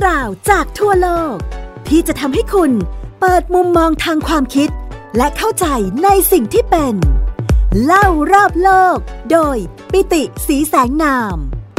ราวจากทั่วโลกที่จะทำให้คุณเปิดมุมมองทางความคิดและเข้าใจในสิ่งที่เป็นเล่ารอบโลกโดยปิติศรีแสงนาม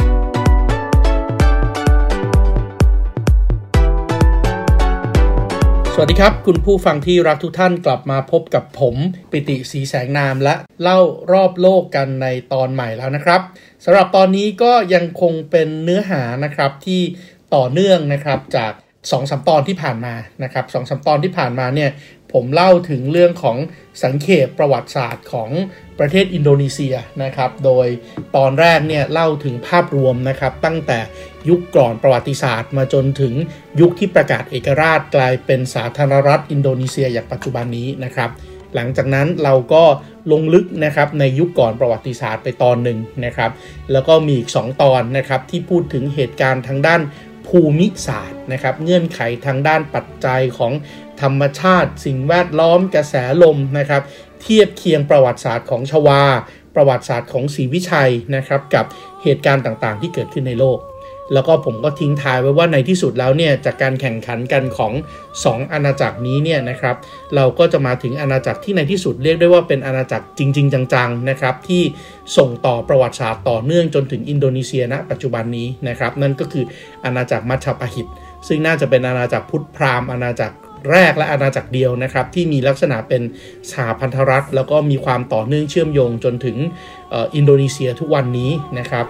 สวัสดีครับคุณผู้ฟังที่รักทุกท่านกลับมาพบกับผมปิติศรีแสงนามและเล่ารอบโลกกันในตอนใหม่แล้วนะครับสำหรับตอนนี้ก็ยังคงเป็นเนื้อหานะครับที่ต่อเนื่องนะครับจาก 2-3 ตอนที่ผ่านมานะครับ 2-3 ตอนที่ผ่านมาเนี่ยผมเล่าถึงเรื่องของสังเขปประวัติศาสตร์ของประเทศอินโดนีเซียนะครับโดยตอนแรกเนี่ยเล่าถึงภาพรวมนะครับตั้งแต่ยุคก่อนประวัติศาสตร์มาจนถึงยุคที่ประกาศเอกราชกลายเป็นสาธารณรัฐอินโดนีเซียอย่างปัจจุบันนี้นะครับหลังจากนั้นเราก็ลงลึกนะครับในยุคก่อนประวัติศาสตร์ไปตอนหนึ่งนะครับแล้วก็มีอีก2ตอนนะครับที่พูดถึงเหตุการณ์ทางด้านภูมิศาสตร์นะครับเงื่อนไขทางด้านปัจจัยของธรรมชาติสิ่งแวดล้อมกระแสลมนะครับเทียบเคียงประวัติศาสตร์ของชวาประวัติศาสตร์ของศรีวิชัยนะครับกับเหตุการณ์ต่างๆที่เกิดขึ้นในโลกแล้วก็ผมก็ทิ้งท้ายไว้ว่าในที่สุดแล้วเนี่ยจากการแข่งขันกันของ2อาณาจักรนี้เนี่ยนะครับเราก็จะมาถึงอาณาจักรที่ในที่สุดเรียกได้ว่าเป็นอาณาจักรจริงๆจังๆนะครับที่ส่งต่อประวัติศาสตร์ต่อเนื่องจนถึงอินโดนีเซียณปัจจุบันนี้นะครับนั่นก็คืออาณาจักรมัชฌปหิตซึ่งน่าจะเป็นอาณาจักรพุทธพราหมณ์อาณาจักรแรกและอาณาจักรเดียวนะครับที่มีลักษณะเป็นสหพันธรัฐแล้วก็มีความต่อเนื่องเชื่อมโยงจนถึงอินโดนีเซียทุกวันนี้นะครับ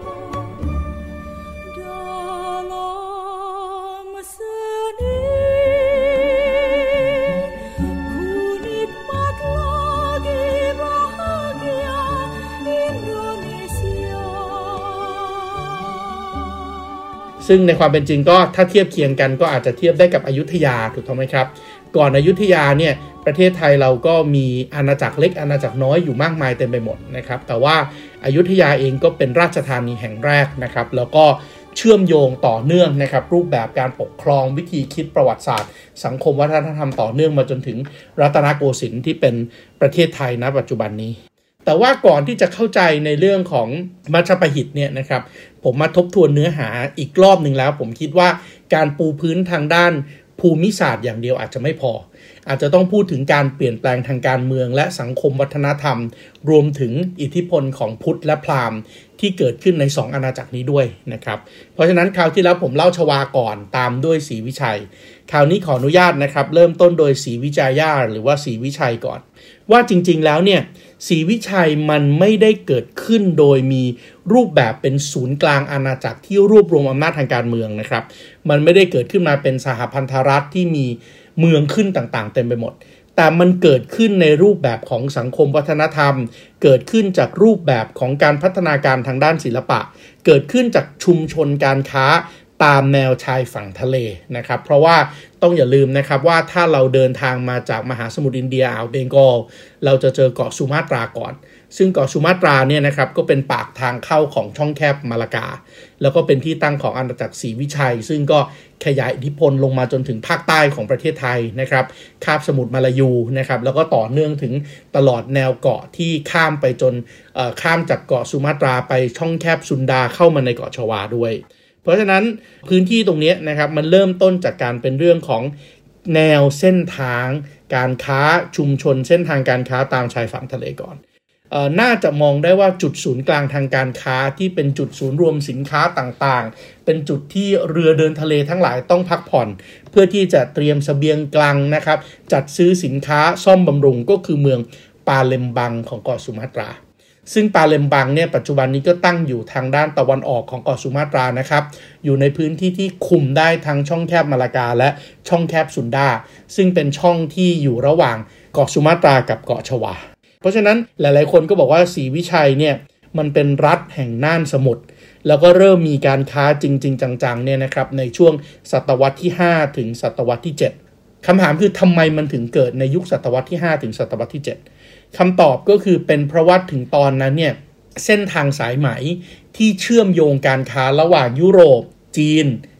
ซึ่งในความเป็นจริงก็ถ้าเทียบเคียงกันก็อาจจะเทียบได้กับอยุธยาถูกต้องไหมครับก่อนอยุธยาเนี่ยประเทศไทยเราก็มีอาณาจักรเล็กอาณาจักรน้อยอยู่มากมายเต็มไปหมดนะครับแต่ว่าอยุธยาเองก็เป็นราชธานีแห่งแรกนะครับแล้วก็เชื่อมโยงต่อเนื่องนะครับรูปแบบการปกครองวิธีคิดประวัติศาสตร์สังคมวัฒนธรรมต่อเนื่องมาจนถึงรัตนโกสินทร์ที่เป็นประเทศไทยณปัจจุบันนี้แต่ว่าก่อนที่จะเข้าใจในเรื่องของมัชฌปหิตเนี่ยนะครับผมมาทบทวนเนื้อหาอีกรอบนึงแล้วผมคิดว่าการปูพื้นทางด้านภูมิศาสตร์อย่างเดียวอาจจะไม่พออาจจะต้องพูดถึงการเปลี่ยนแปลงทางการเมืองและสังคมวัฒนธรรมรวมถึงอิทธิพลของพุทธและพราหมณ์ที่เกิดขึ้นใน2อาณาจักรนี้ด้วยนะครับเพราะฉะนั้นคราวที่แล้วผมเล่าชวาก่อนตามด้วยศรีวิชัยคราวนี้ขออนุญาตนะครับเริ่มต้นโดยศรีวิจัยาหรือว่าศรีวิชัยก่อนว่าจริงๆแล้วเนี่ยศรีวิชัยมันไม่ได้เกิดขึ้นโดยมีรูปแบบเป็นศูนย์กลางอาณาจักรที่รวบรวมอำนาจทางการเมืองนะครับมันไม่ได้เกิดขึ้นมาเป็นสหพันธรัฐที่มีเมืองขึ้นต่างๆเต็มไปหมดแต่มันเกิดขึ้นในรูปแบบของสังคมวัฒนธรรมเกิดขึ้นจากรูปแบบของการพัฒนาการทางด้านศิลปะเกิดขึ้นจากชุมชนการค้าตามแนวชายฝั่งทะเลนะครับเพราะว่าต้องอย่าลืมนะครับว่าถ้าเราเดินทางมาจากมหาสมุทรอินเดียอ่าวเบงกอลเราจะเจอเกาะสุมาตราก่อนซึ่งเกาะสุมาตราเนี่ยนะครับก็เป็นปากทางเข้าของช่องแคบมาลากาแล้วก็เป็นที่ตั้งของอาณาจักรศรีวิชัยซึ่งก็ขยายอิทธิพลลงมาจนถึงภาคใต้ของประเทศไทยนะครับคาบสมุทรมาลายูนะครับแล้วก็ต่อเนื่องถึงตลอดแนวเกาะที่ข้ามไปจนข้ามจากเกาะสุมาตราไปช่องแคบซุนดาเข้ามาในเกาะชวาด้วยเพราะฉะนั้นพื้นที่ตรงนี้นะครับมันเริ่มต้นจากการเป็นเรื่องของแนวเส้นทางการค้าชุมชนเส้นทางการค้าตามชายฝั่งทะเลก่อนน่าจะมองได้ว่าจุดศูนย์กลางทางการค้าที่เป็นจุดศูนย์รวมสินค้าต่างๆเป็นจุดที่เรือเดินทะเลทั้งหลายต้องพักผ่อนเพื่อที่จะเตรียมเสบียงกลางนะครับจัดซื้อสินค้าซ่อมบำรุงก็คือเมืองปาเลมบังของเกาะสุมาตราซึ่งปาเลมบังเนี่ยปัจจุบันนี้ก็ตั้งอยู่ทางด้านตะวันออกของเกาะสุมาตรานะครับอยู่ในพื้นที่ที่คุมได้ทั้งช่องแคบมาลากาและช่องแคบซุนดาซึ่งเป็นช่องที่อยู่ระหว่างเกาะสุมาตรากับเกาะชวาเพราะฉะนั้นหลายๆคนก็บอกว่าศรีวิชัยเนี่ยมันเป็นรัฐแห่งน่านสมุทรแล้วก็เริ่มมีการค้าจริงๆจังๆเนี่ยนะครับในช่วงศตวรรษที่5ถึงศตวรรษที่7คำถามคือทำไมมันถึงเกิดในยุคศตวรรษที่5ถึงศตวรรษที่7คำตอบก็คือเป็นเพราะว่าถึงตอนนั้นเนี่ยเส้นทางสายไหมที่เชื่อมโยงการค้าระหว่างยุโรปจีน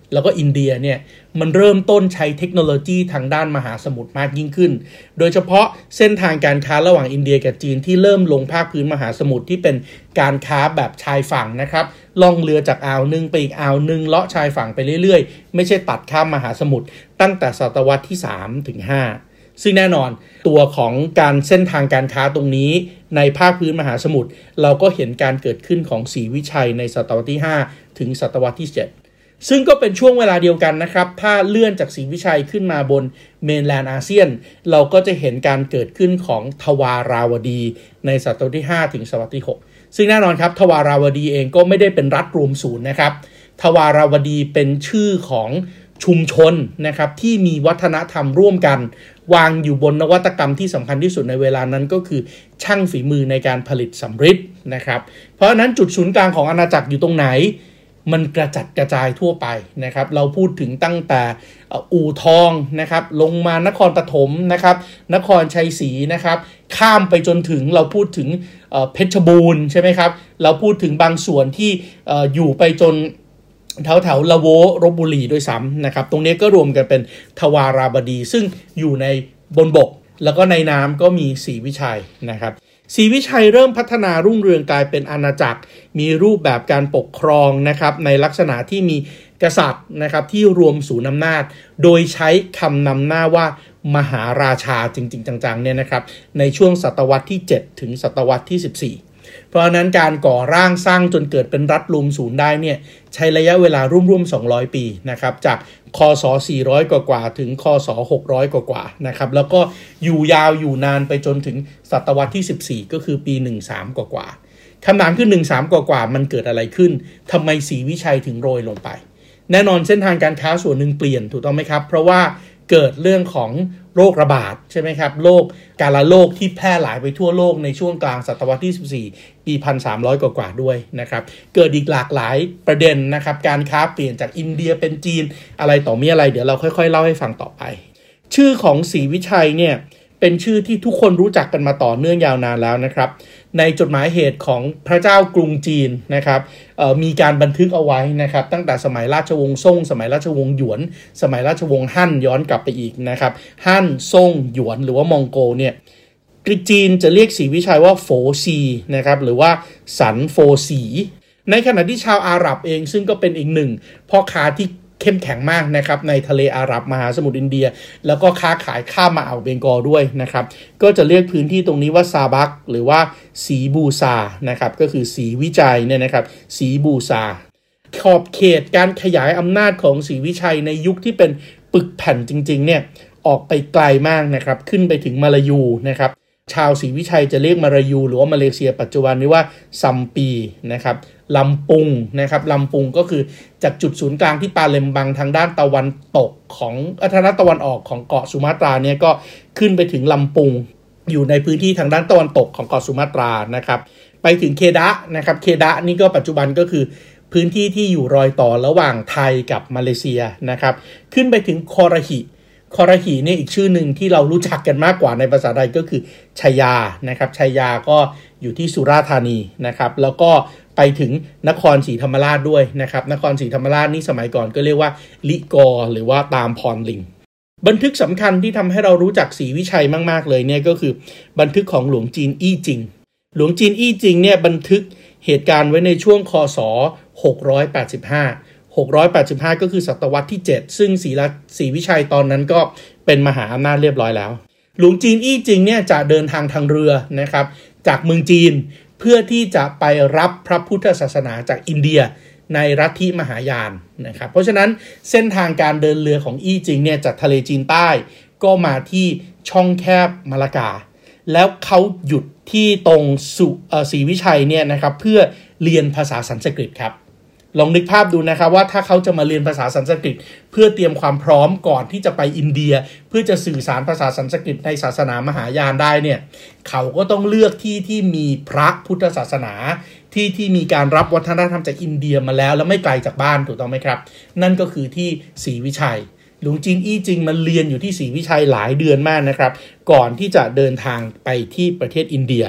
แล้วก็อินเดียเนี่ยมันเริ่มต้นใช้เทคโนโลยีทางด้านมหาสมุทรมากยิ่งขึ้นโดยเฉพาะเส้นทางการค้าระหว่างอินเดียกับจีนที่เริ่มลงภาคพื้นมหาสมุทรที่เป็นการค้าแบบชายฝั่งนะครับล่องเรือจากอ่าวนึงไปอีกอ่าวนึงเลาะชายฝั่งไปเรื่อยๆไม่ใช่ตัดข้ามมหาสมุทรตั้งแต่ศตวรรษที่3ถึง5ซึ่งแน่นอนตัวของการเส้นทางการค้าตรงนี้ในภาคพื้นมหาสมุทรเราก็เห็นการเกิดขึ้นของศรีวิชัยในศตวรรษที่5ถึงศตวรรษที่7ซึ่งก็เป็นช่วงเวลาเดียวกันนะครับถ้าเลื่อนจากศรีวิชัยขึ้นมาบนเมนแลนด์อาเซียนเราก็จะเห็นการเกิดขึ้นของทวาราวดีในศตวรรษที่5ถึงศตวรรษที่6ซึ่งแน่นอนครับทวาราวดีเองก็ไม่ได้เป็นรัฐรวมศูนย์นะครับทวาราวดีเป็นชื่อของชุมชนนะครับที่มีวัฒนธรรมร่วมกันวางอยู่บนนวัตกรรมที่สำคัญที่สุดในเวลานั้นก็คือช่างฝีมือในการผลิตสำริดนะครับเพราะฉะนั้นจุดศูนย์กลางของอาณาจักรอยู่ตรงไหนมันกระจัดกระจายทั่วไปนะครับเราพูดถึงตั้งแต่อู่ทองนะครับลงมานครปฐมนะครับนครชัยศรีนะครับข้ามไปจนถึงเราพูดถึงเพชรบูรณ์ใช่ไหมครับเราพูดถึงบางส่วนที่อยู่ไปจนแถวละโวลพบุรีด้วยซ้ำนะครับตรงนี้ก็รวมกันเป็นทวาราบดีซึ่งอยู่ในบนบกแล้วก็ในน้ำก็มีศรีวิชัยนะครับศรีวิชัยเริ่มพัฒนารุ่งเรืองกลายเป็นอาณาจักรมีรูปแบบการปกครองนะครับในลักษณะที่มีกษัตริย์นะครับที่รวมศูนย์อำนาจโดยใช้คำนำหน้าว่ามหาราชาจริงๆจังๆเนี่ยนะครับในช่วงศตวรรษที่7ถึงศตวรรษที่14เพราะฉะนั้นการก่อร่างสร้างจนเกิดเป็นรัฐรวมศูนย์ได้เนี่ยใช้ระยะเวลาร่วมๆ200ปีนะครับจากคศ400กว่าถึงคศ600กว่านะครับแล้วก็อยู่ยาวอยู่นานไปจนถึงศตวรรษที่14ก็คือปี13กว่าคำถามคือ13กว่ามันเกิดอะไรขึ้นทำไมศรีวิชัยถึงโรยลงไปแน่นอนเส้นทางการค้าส่วนหนึ่งเปลี่ยนถูกต้องไหมครับเพราะว่าเกิดเรื่องของโรคระบาดใช่ไหมครับโรคกาฬโรคที่แพร่หลายไปทั่วโลกในช่วงกลางศตวรรษที่14ปี1300กว่าด้วยนะครับเกิดอีกหลากหลายประเด็นนะครับการค้าเปลี่ยนจากอินเดียเป็นจีนอะไรต่อมีอะไรเดี๋ยวเราค่อยๆเล่าให้ฟังต่อไปชื่อของศรีวิชัยเนี่ยเป็นชื่อที่ทุกคนรู้จักกันมาต่อเนื่องยาวนานแล้วนะครับในจดหมายเหตุของพระเจ้ากรุงจีนนะครับมีการบันทึกเอาไว้นะครับตั้งแต่สมัยราชวงศ์ซ่งสมัยราชวงศ์หยวนสมัยราชวงศ์ฮั่นย้อนกลับไปอีกนะครับฮั่นซ่งหยวนหรือว่ามองโกเนี่ยจีนจะเรียกศรีวิชัยว่าโฟซีนะครับหรือว่าสันโฟสีในขณะที่ชาวอาหรับเองซึ่งก็เป็นอีกหนึ่งพ่อค้าที่เข้มแข็งมากนะครับในทะเลอาหรับมหาสมุทรอินเดียแล้วก็ค้าขายข้ามมาอ่าวเบงกอลด้วยนะครับก็จะเรียกพื้นที่ตรงนี้ว่าซาบักหรือว่าศรีบูซานะครับก็คือศรีวิชัยเนี่ยนะครับศรีบูซาขอบเขตการขยายอำนาจของศรีวิชัยในยุคที่เป็นปึกแผ่นจริงๆเนี่ยออกไปไกลมากนะครับขึ้นไปถึงมาลายูนะครับชาวศรีวิชัยจะเรียกมาลายูหรือว่ามาเลเซียปัจจุบันนี้ว่าซัมปีนะครับลำปุงนะครับลำปุงก็คือจากจุดศูนย์กลางที่ปาเลมบังทางด้านตะวันตกของทางด้านตะวันออกของเกาะสุมาตราเนี่ยก็ขึ้นไปถึงลำปุงอยู่ในพื้นที่ทางด้านตะวันตกของเกาะสุมาตรานะครับไปถึงเคดะนะครับเคดะนี่ก็ปัจจุบันก็คือพื้นที่ที่อยู่รอยต่อระหว่างไทยกับมาเลเซียนะครับขึ้นไปถึงคอราหิเนี่ยอีกชื่อหนึ่งที่เรารู้จักกันมากกว่าในภาษาไทยก็คือชัยยานะครับชัยยาก็อยู่ที่สุราษฎร์ธานีนะครับแล้วก็ไปถึงนครศรีธรรมราชด้วยนะครับนครศรีธรรมราชนี่สมัยก่อนก็เรียกว่าลิกอหรือว่าตามพรลิงบันทึกสำคัญที่ทำให้เรารู้จักศรีวิชัยมากๆเลยเนี่ยก็คือบันทึกของหลวงจีนอี้จิงหลวงจีนอี้จิงเนี่ยบันทึกเหตุการณ์ไว้ในช่วงคศ685ก็คือศตวรรษที่7ซึ่งศรีวิชัยตอนนั้นก็เป็นมหาอำนาจเรียบร้อยแล้วหลวงจีนอี้จิงเนี่ยจะเดินทางเรือนะครับจากเมืองจีนเพื่อที่จะไปรับพระพุทธศาสนาจากอินเดียในลัทธิมหายานนะครับเพราะฉะนั้นเส้นทางการเดินเรือของอี้จิงเนี่ยจากทะเลจีนใต้ก็มาที่ช่องแคบมาลากาแล้วเขาหยุดที่ตรงศรีวิชัยเนี่ยนะครับเพื่อเรียนภาษาสันสกฤตครับลองนึกภาพดูนะครับว่าถ้าเขาจะมาเรียนภาษาสันสกฤตเพื่อเตรียมความพร้อมก่อนที่จะไปอินเดียเพื่อจะสื่อสารภาษาสันสกฤตในศาสนามหายานได้เนี่ยเขาก็ต้องเลือกที่มีพระพุทธศาสนาที่มีการรับวัฒนธรรมจากอินเดียมาแล้วไม่ไกลจากบ้านถูกต้องไหมครับนั่นก็คือที่ศรีวิชัยหลวงจีนอี้จิงมาเรียนอยู่ที่ศรีวิชัยหลายเดือนมากนะครับก่อนที่จะเดินทางไปที่ประเทศอินเดีย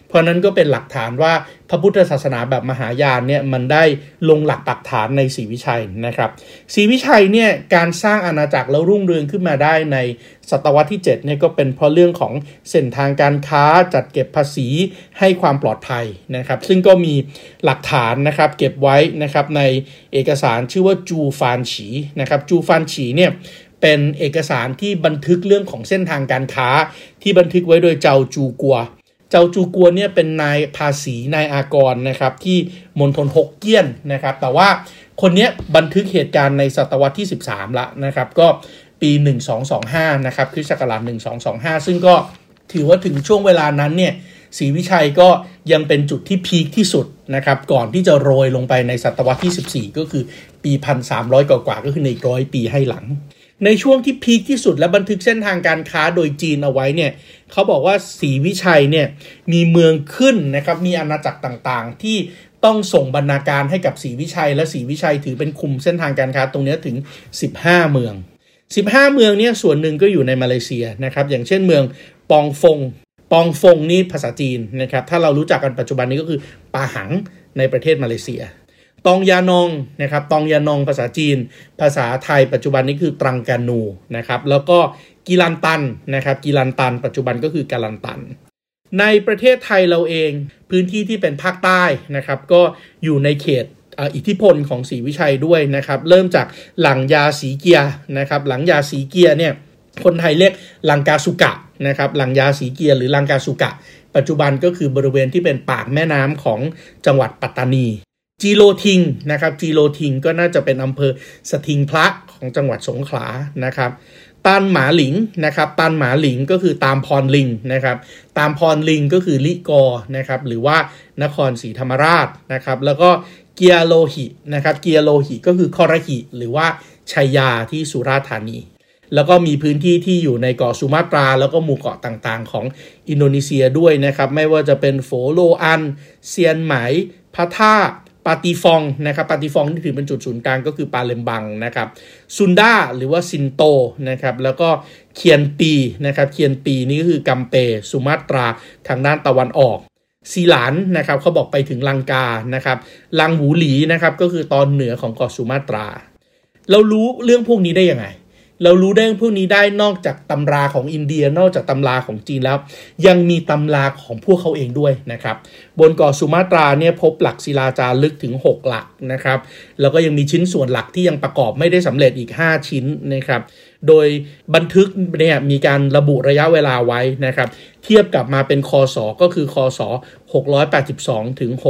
เพราะนั้นก็เป็นหลักฐานว่าพระพุทธศาสนาแบบมหายานเนี่ยมันได้ลงหลักปักฐานในศรีวิชัยนะครับศรีวิชัยเนี่ยการสร้างอาณาจักรแล้วรุ่งเรืองขึ้นมาได้ในศตวรรษที่7เนี่ยก็เป็นเพราะเรื่องของเส้นทางการค้าจัดเก็บภาษีให้ความปลอดภัยนะครับซึ่งก็มีหลักฐานนะครับเก็บไว้นะครับในเอกสารชื่อว่าจูฟานฉีนะครับจูฟานฉีเนี่ยเป็นเอกสารที่บันทึกเรื่องของเส้นทางการค้าที่บันทึกไว้โดยเจ้าจูกัวเนี่ยเป็นนายภาษีนายอากรนะครับที่มณฑลฮกเกี้ยนนะครับแต่ว่าคนนี้บันทึกเหตุการณ์ในศตวรรษที่13ละนะครับก็ปี1225นะครับคริสต์ศักราช1225ซึ่งก็ถือว่าถึงช่วงเวลานั้นเนี่ยศรีวิชัยก็ยังเป็นจุดที่พีคที่สุดนะครับก่อนที่จะโรยลงไปในศตวรรษที่14ก็คือปี1300กว่าก็คือใน100ปีให้หลังในช่วงที่พีคที่สุดและบันทึกเส้นทางการค้าโดยจีนเอาไว้เนี่ยเขาบอกว่าศรีวิชัยเนี่ยมีเมืองขึ้นนะครับมีอาณาจักรต่างๆที่ต้องส่งบรรณาการให้กับศรีวิชัยและศรีวิชัยถือเป็นคุมเส้นทางการค้าตรงนี้ถึง15เมืองเนี่ยส่วนหนึ่งก็อยู่ในมาเลเซียนะครับอย่างเช่นเมืองปองฟงนี่ภาษาจีนนะครับถ้าเรารู้จักกันปัจจุบันนี้ก็คือปาหังในประเทศมาเลเซียตองยานองนะครับตองยานองภาษาจีนภาษาไทยปัจจุบันนี้คือตรังกานูนะครับแล้วก็กิลันตันนะครับกิลันตันปัจจุบันก็คือกาลันตันในประเทศไทยเราเองพื้นที่ที่เป็นภาคใต้นะครับก็อยู่ในเขตอิทธิพลของศรีวิชัยด้วยนะครับเริ่มจากหลังยาสีเกียนะครับหลังยาสีเกียเนี่ยคนไทยเรียกลังกาสุกะนะครับหลังยาสีเกียหรือลังกาสุกะปัจจุบันก็คือบริเวณที่เป็นปากแม่น้ำของจังหวัดปัตตานีจีโรทิงนะครับจีโรทิงก็น่าจะเป็นอำเภอสทิงพระของจังหวัดสงขลานะครับตานหมาหลิงนะครับตานหมาหลิงก็คือตามพรลิงนะครับตามพรลิงก็คือลิกอนะครับหรือว่านครศรีธรรมราชนะครับแล้วก็เกียโลหินะครับเกียโลหิก็คือคอระหิหรือว่าชัยยาที่สุราษฎร์ธานีแล้วก็มีพื้นที่ที่อยู่ในเกาะสุมาตราแล้วก็หมู่เกาะต่างๆของอินโดนีเซียด้วยนะครับไม่ว่าจะเป็นโฟโลอันเซียนไหมพะท่าปาติฟองนะครับปาติฟองที่ถือเป็นจุดศูนย์กลางก็คือปาเลมบังนะครับซุนดาหรือว่าซินโตนะครับแล้วก็เคียนปีนะครับเคียนปีนี่ก็คือกัมเปสุมาตราทางด้านตะวันออกซีหลานนะครับเขาบอกไปถึงลังกานะครับลังหูหลีนะครับก็คือตอนเหนือของเกาะสุมาตราเรารู้เรื่องพวกนี้ได้ยังไงเรารู้ได้พวกนี้ได้นอกจากตำราของอินเดียนอกจากตำราของจีนแล้วยังมีตำราของพวกเขาเองด้วยนะครับบนเกาะสุมาตราเนี่ยพบหลักศิลาจารึกถึง6หลักนะครับแล้วก็ยังมีชิ้นส่วนหลักที่ยังประกอบไม่ได้สำเร็จอีก5ชิ้นนะครับโดยบันทึกเนี่ยมีการระบุระยะเวลาไว้นะครับเทียบกับมาเป็นคศก็คือคศ682ถึง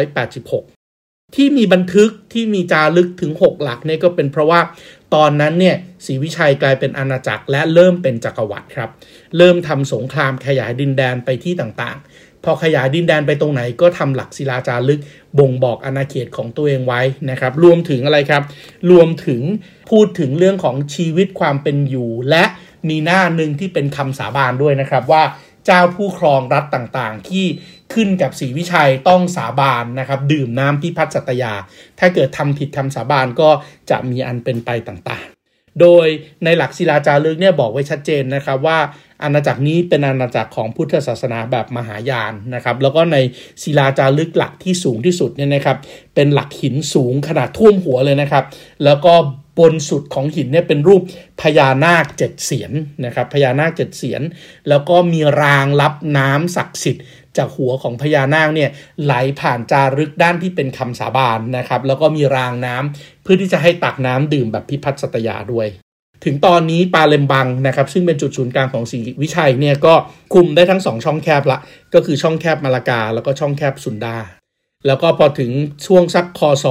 686ที่มีบันทึกที่มีจารึกถึง6หลักเนี่ยก็เป็นเพราะว่าตอนนั้นเนี่ยศรีวิชัยกลายเป็นอาณาจักรและเริ่มเป็นจักรวรรดิครับเริ่มทำสงครามขยายดินแดนไปที่ต่างๆพอขยายดินแดนไปตรงไหนก็ทำหลักศิลาจารึกบ่งบอกอาณาเขตของตัวเองไว้นะครับรวมถึงอะไรครับรวมถึงพูดถึงเรื่องของชีวิตความเป็นอยู่และมีหน้าหนึ่งที่เป็นคำสาบานด้วยนะครับว่าเจ้าผู้ครองรัฐต่างๆที่ขึ้นกับศรีวิชัยต้องสาบานนะครับดื่มน้ำพิพัฒน์สัตยาถ้าเกิดทำผิดคำสาบานก็จะมีอันเป็นไปต่างๆโดยในหลักศิลาจารึกเนี่ยบอกไว้ชัดเจนนะครับว่าอาณาจักรนี้เป็นอาณาจักรของพุทธศาสนาแบบมหายานนะครับแล้วก็ในศิลาจารึกหลักที่สูงที่สุดเนี่ยนะครับเป็นหลักหินสูงขนาดท่วมหัวเลยนะครับแล้วก็บนสุดของหินเนี่ยเป็นรูปพญานาค7เสียนนะครับพญานาค7เสียนแล้วก็มีรางรับน้ำศักดิ์สิทธิ์จากหัวของพญานาคเนี่ยไหลผ่านจารึกด้านที่เป็นคำสาบานนะครับแล้วก็มีรางน้ำเพื่อที่จะให้ตักน้ำดื่มแบบพิพัฒน์สัตยาด้วยถึงตอนนี้ปาเลมบังนะครับซึ่งเป็นจุดศูนย์กลางของศรีวิชัยเนี่ยก็คุมได้ทั้ง2ช่องแคบละก็คือช่องแคบมาลากาแล้วก็ช่องแคบสุนดาแล้วก็พอถึงช่วงสักคศ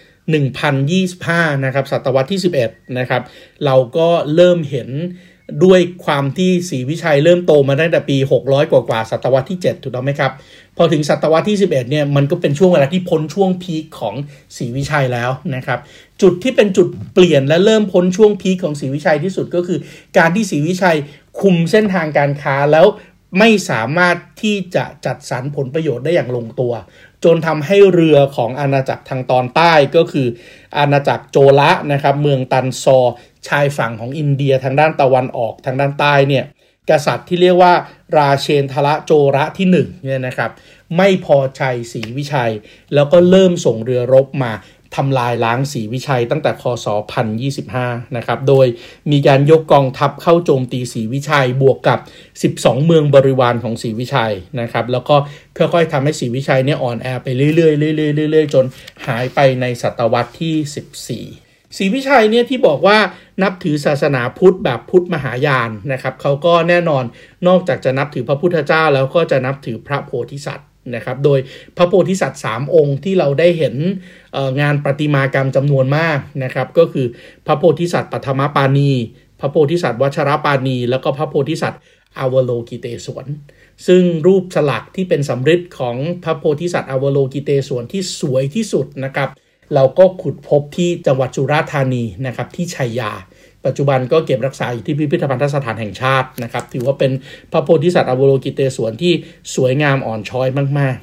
1025นะครับศตวรรษที่11นะครับเราก็เริ่มเห็นด้วยความที่ศรีวิชัยเริ่มโตมาตั้งแต่ปี600กว่าศตวรรษที่7ถูกต้องไหมครับพอถึงศตวรรษที่11เนี่ยมันก็เป็นช่วงเวลาที่พ้นช่วงพีคของศรีวิชัยแล้วนะครับจุดที่เป็นจุดเปลี่ยนและเริ่มพ้นช่วงพีคของศรีวิชัยที่สุดก็คือการที่ศรีวิชัยคุมเส้นทางการค้าแล้วไม่สามารถที่จะจัดสรรผลประโยชน์ได้อย่างลงตัวจนทำให้เรือของอาณาจักรทางตอนใต้ก็คืออาณาจักรโจละนะครับเมืองตันซอชายฝั่งของอินเดียทางด้านตะวันออกทางด้านใต้เนี่ยกษัตริย์ที่เรียกว่าราเชนทระโจระที่1เนี่ยนะครับไม่พอใจศรีวิชัยแล้วก็เริ่มส่งเรือรบมาทำลายล้างศรีวิชัยตั้งแต่คศ1025นะครับโดยมีการยกกองทัพเข้าโจมตีศรีวิชัยบวกกับ12เมืองบริวารของศรีวิชัยนะครับแล้วก็ค่อยๆทำให้ศรีวิชัยเนี่ยอ่อนแอไปเรื่อยๆจนหายไปในศตวรรษที่14ศรีวิชัยเนี่ยที่บอกว่านับถือศาสนาพุทธแบบพุทธมหายานนะครับเขาก็แน่นอนนอกจากจะนับถือพระพุทธเจ้าแล้วก็จะนับถือพระโพธิสัตว์นะครับโดยพระโพธิสัตว์3องค์ที่เราได้เห็นงานประติมากรรมจำนวนมากนะครับก็คือพระโพธิสัตว์ปฐมปานีพระโพธิสัตว์วัชรปานีแล้วก็พระโพธิสัตว์อวโลกิเตศวรซึ่งรูปฉลากที่เป็นสำริดของพระโพธิสัตว์อวโลกิเตศวรที่สวยที่สุดนะครับเราก็ขุดพบที่จังหวัดสุราษฎร์ธานีนะครับที่ชัยยาปัจจุบันก็เก็บรักษาอยู่ที่พิพิธภัณฑสถานแห่งชาตินะครับถือว่าเป็นพระโพธิสัตว์อวโลกิเตศวรที่สวยงามอ่อนช้อยมาก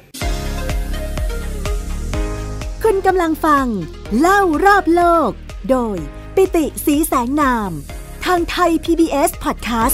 ๆคุณกำลังฟังเล่ารอบโลกโดยปิติศรีแสงนามทางไทย PBS Podcast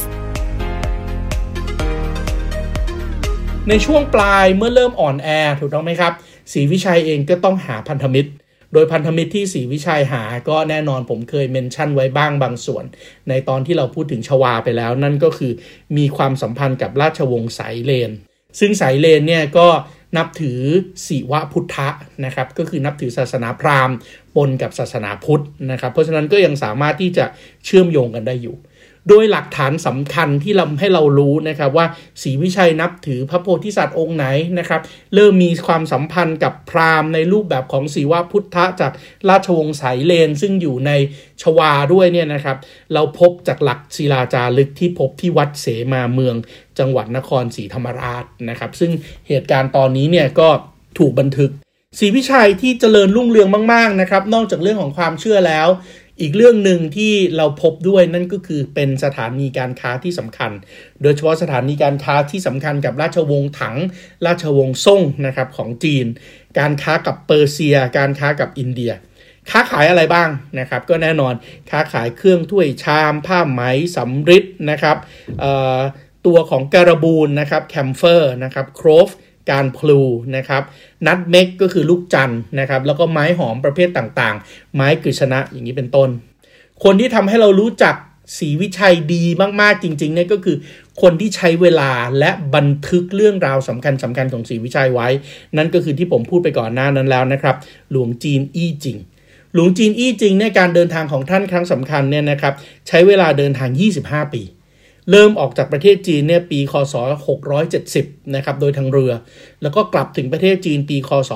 ในช่วงปลายเมื่อเริ่มอ่อนแอถูกต้องไหมครับศรีวิชัยเองก็ต้องหาพันธมิตรโดยพันธมิตรที่ศรีวิชัยหาก็แน่นอนผมเคยเมนชั่นไว้บ้างบางส่วนในตอนที่เราพูดถึงชวาไปแล้วนั่นก็คือมีความสัมพันธ์กับราชวงศ์สายเลนซึ่งสายเลนเนี่ยก็นับถือศิวพุทธะนะครับก็คือนับถือศาสนาพราหมณ์ปนกับศาสนาพุทธนะครับเพราะฉะนั้นก็ยังสามารถที่จะเชื่อมโยงกันได้อยู่โดยหลักฐานสำคัญที่ให้เรารู้นะครับว่าศรีวิชัยนับถือพระโพธิสัตว์องค์ไหนนะครับเริ่มมีความสัมพันธ์กับพราหมณ์ในรูปแบบของศิวพุทธะจากราชวงศ์สายเลนซึ่งอยู่ในชวาด้วยเนี่ยนะครับเราพบจากหลักศิลาจารึกที่พบที่วัดเสมาเมืองจังหวัดนครศรีธรรมราชนะครับซึ่งเหตุการณ์ตอนนี้เนี่ยก็ถูกบันทึกศรีวิชัยที่เจริญรุ่งเรืองมากๆนะครับนอกจากเรื่องของความเชื่อแล้วอีกเรื่องหนึ่งที่เราพบด้วยนั่นก็คือเป็นสถานีการค้าที่สำคัญโดยเฉพาะสถานีการค้าที่สำคัญกับราชวงศ์ถังราชวงศ์ซ่งนะครับของจีนการค้ากับเปอร์เซียการค้ากับอินเดียค้าขายอะไรบ้างนะครับก็แน่นอนค้าขายเครื่องถ้วยชามผ้าไหมสำริดนะครับตัวของการบูนนะครับแคมเฟอร์นะครับโครฟการพลูนะครับนัทเม็กก็คือลูกจันทร์นะครับแล้วก็ไม้หอมประเภทต่างๆไม้กฤษณะอย่างนี้เป็นต้นคนที่ทำให้เรารู้จักศรีวิชัยดีมากๆจริงๆเนี่ยก็คือคนที่ใช้เวลาและบันทึกเรื่องราวสำคัญของศรีวิชัยไว้นั่นก็คือที่ผมพูดไปก่อนหน้านั้นแล้วนะครับหลวงจีนอี้จิงหลวงจีนอี้จิงในการเดินทางของท่านครั้งสำคัญเนี่ยนะครับใช้เวลาเดินทาง25 ปีเริ่มออกจากประเทศจีนเนี่ยปีคศ670นะครับโดยทางเรือแล้วก็กลับถึงประเทศจีนปีคศ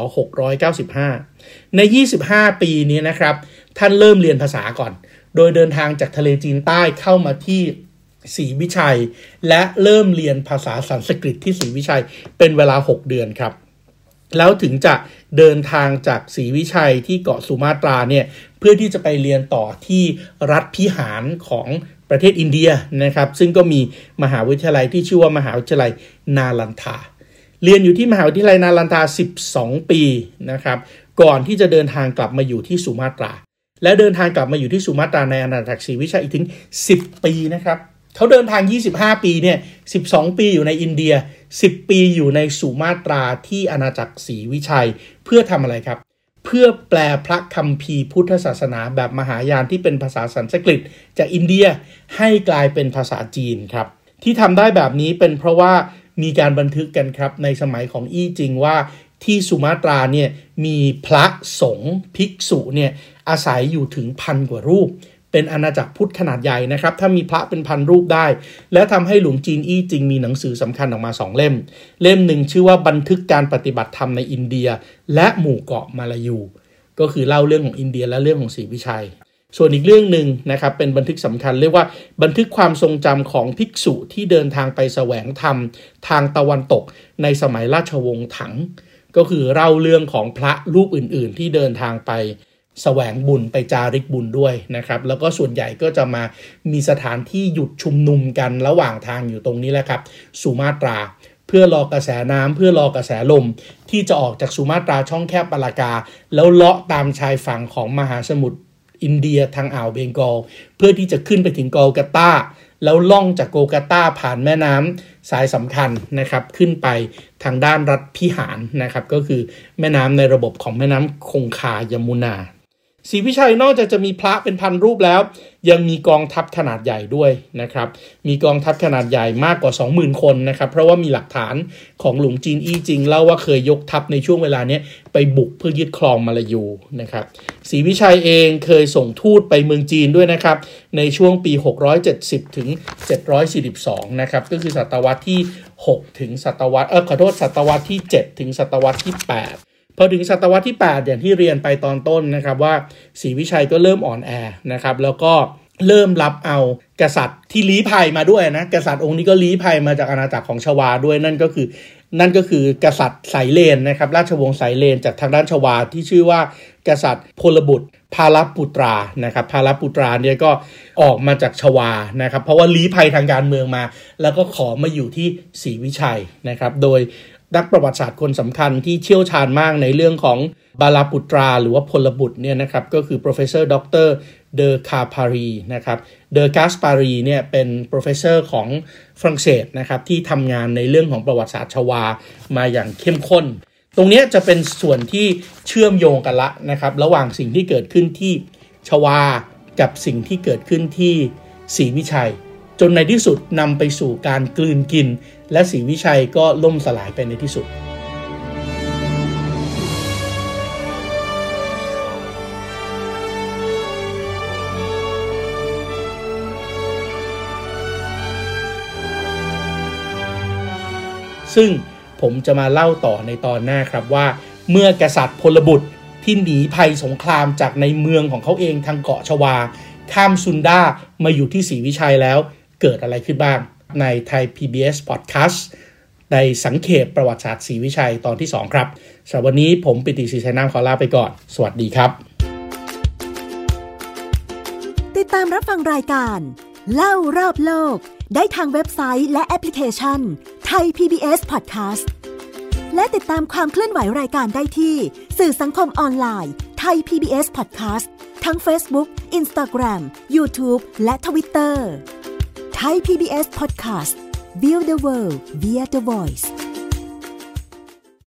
695ใน25 ปีนี้นะครับท่านเริ่มเรียนภาษาก่อนโดยเดินทางจากทะเลจีนใต้เข้ามาที่ศรีวิชัยและเริ่มเรียนภาษาสันสกฤตที่ศรีวิชัยเป็นเวลา6 เดือนครับแล้วถึงจะเดินทางจากศรีวิชัยที่เกาะสุมาตราเนี่ยเพื่อที่จะไปเรียนต่อที่รัฐพิหารของประเทศอินเดียนะครับซึ่งก็มีมหาวิทยาลัยที่ชื่อว่ามหาวิทยาลัยนาลันทาเรียนอยู่ที่มหาวิทยาลัยนาลันทา12 ปีนะครับก่อนที่จะเดินทางกลับมาอยู่ที่สุมาตราและเดินทางกลับมาอยู่ที่สุมาตราในอาณาจักรศรีวิชัยอีกถึง10 ปีนะครับเขาเดินทาง25 ปีเนี่ย12 ปีอยู่ในอินเดีย10 ปีอยู่ในสุมาตราที่อาณาจักรศรีวิชัยเพื่อทำอะไรครับเพื่อแปลพระคัมภีร์พุทธศาสนาแบบมหายานที่เป็นภาษาสันสกฤตจากอินเดียให้กลายเป็นภาษาจีนครับที่ทำได้แบบนี้เป็นเพราะว่ามีการบันทึกกันครับในสมัยของอี้จิงว่าที่สุมาตราเนี่ยมีพระสงฆ์ภิกษุเนี่ยอาศัยอยู่ถึง1,000 กว่ารูปเป็นอาณาจักรพุทธขนาดใหญ่นะครับถ้ามีพระเป็น1,000 รูปได้และทำให้หลวงจีนอี้จิงมีหนังสือสำคัญออกมา2 เล่มเล่มหนึ่งชื่อว่าบันทึกการปฏิบัติธรรมในอินเดียและหมู่เกาะมาลายูก็คือเล่าเรื่องของอินเดียและเรื่องของศรีวิชัยส่วนอีกเรื่องหนึ่งนะครับเป็นบันทึกสำคัญเรียกว่าบันทึกความทรงจำของภิกษุที่เดินทางไปแสวงธรรมทางตะวันตกในสมัยราชวงศ์ถังก็คือเล่าเรื่องของพระรูปอื่นๆที่เดินทางไปแสวงบุญไปจาริกบุญด้วยนะครับแล้วก็ส่วนใหญ่ก็จะมามีสถานที่หยุดชุมนุมกันระหว่างทางอยู่ตรงนี้แหละครับสุมาตราเพื่อรอกระแสน้ำเพื่อรอกระแสลมที่จะออกจากสุมาตราช่องแคบปาลากาแล้วเลาะตามชายฝั่งของมหาสมุทรอินเดียทางอ่าวเบงกอลเพื่อที่จะขึ้นไปถึงกอลกัตตาแล้วล่องจากโกลกาตาผ่านแม่น้ำสายสำคัญนะครับขึ้นไปทางด้านรัฐพิหารนะครับก็คือแม่น้ำในระบบของแม่น้ำคงคายมุนาศรีวิชัยนอกจากจะมีพระเป็นพันรูปแล้วยังมีกองทัพขนาดใหญ่ด้วยนะครับมีกองทัพขนาดใหญ่มากกว่า 20,000 คนนะครับเพราะว่ามีหลักฐานของหลวงจีนอี้จิงเล่าว่าเคยยกทัพในช่วงเวลานี้ไปบุกเพื่อยึดครองมาลายูนะครับศรีวิชัยเองเคยส่งทูตไปเมืองจีนด้วยนะครับในช่วงปี670ถึง742นะครับก็คือศตวรรษที่6ถึงศตวรรษศตวรรษที่7ถึงศตวรรษที่8พอถึงศตวรรษที่8อย่างที่เรียนไปตอนต้นนะครับว่าศรีวิชัยก็เริ่มอ่อนแอนะครับแล้วก็เริ่มรับเอากษัตริย์ที่ลี้ภัยมาด้วยนะกษัตริย์องค์นี้ก็ลี้ภัยมาจากอาณาจักรของชวาด้วยนั่นก็คือกษัตริย์สายเลนนะครับราชวงศ์สายเลนจากทางด้านชวาที่ชื่อว่ากษัตริย์พลบุตรพาลปุตรานะครับพาลปุตราเนี่ยก็ออกมาจากชวานะครับเพราะว่าลี้ภัยทางการเมืองมาแล้วก็ขอมาอยู่ที่ศรีวิชัยนะครับโดยนักประวัติศาสตร์คนสำคัญที่เชี่ยวชาญมากในเรื่องของบาลาปุตราหรือว่าพลบุตรเนี่ยนะครับก็คือ professor dr เดอคาพารีนะครับเดอกาสปารีเนี่ยเป็น professor ของฝรั่งเศสนะครับที่ทำงานในเรื่องของประวัติศาสตร์ชวามาอย่างเข้มข้นตรงนี้จะเป็นส่วนที่เชื่อมโยงกันละนะครับระหว่างสิ่งที่เกิดขึ้นที่ชวากับสิ่งที่เกิดขึ้นที่ศรีวิชัยจนในที่สุดนำไปสู่การกลืนกินและศรีวิชัยก็ล่มสลายไปในที่สุดซึ่งผมจะมาเล่าต่อในตอนหน้าครับว่าเมื่อกษัตริย์พลบุตรที่หนีภัยสงครามจากในเมืองของเขาเองทางเกาะชวาข้ามซุนดามาอยู่ที่ศรีวิชัยแล้วเกิดอะไรขึ้นบ้างในไทย PBS Podcast ในสังเขปประวัติศาสตร์ศรีวิชัยตอนที่2ครับสำหรับวันนี้ผมปิติศรีชัยนามขอลาไปก่อนสวัสดีครับติดตามรับฟังรายการเล่ารอบโลกได้ทางเว็บไซต์และแอปพลิเคชันไทย PBS Podcast และติดตามความเคลื่อนไหวรายการได้ที่สื่อสังคมออนไลน์ไทย PBS Podcast ทั้ง Facebook, Instagram, YouTube และ Twitter ไทย PBS Podcast Build the World via the Voice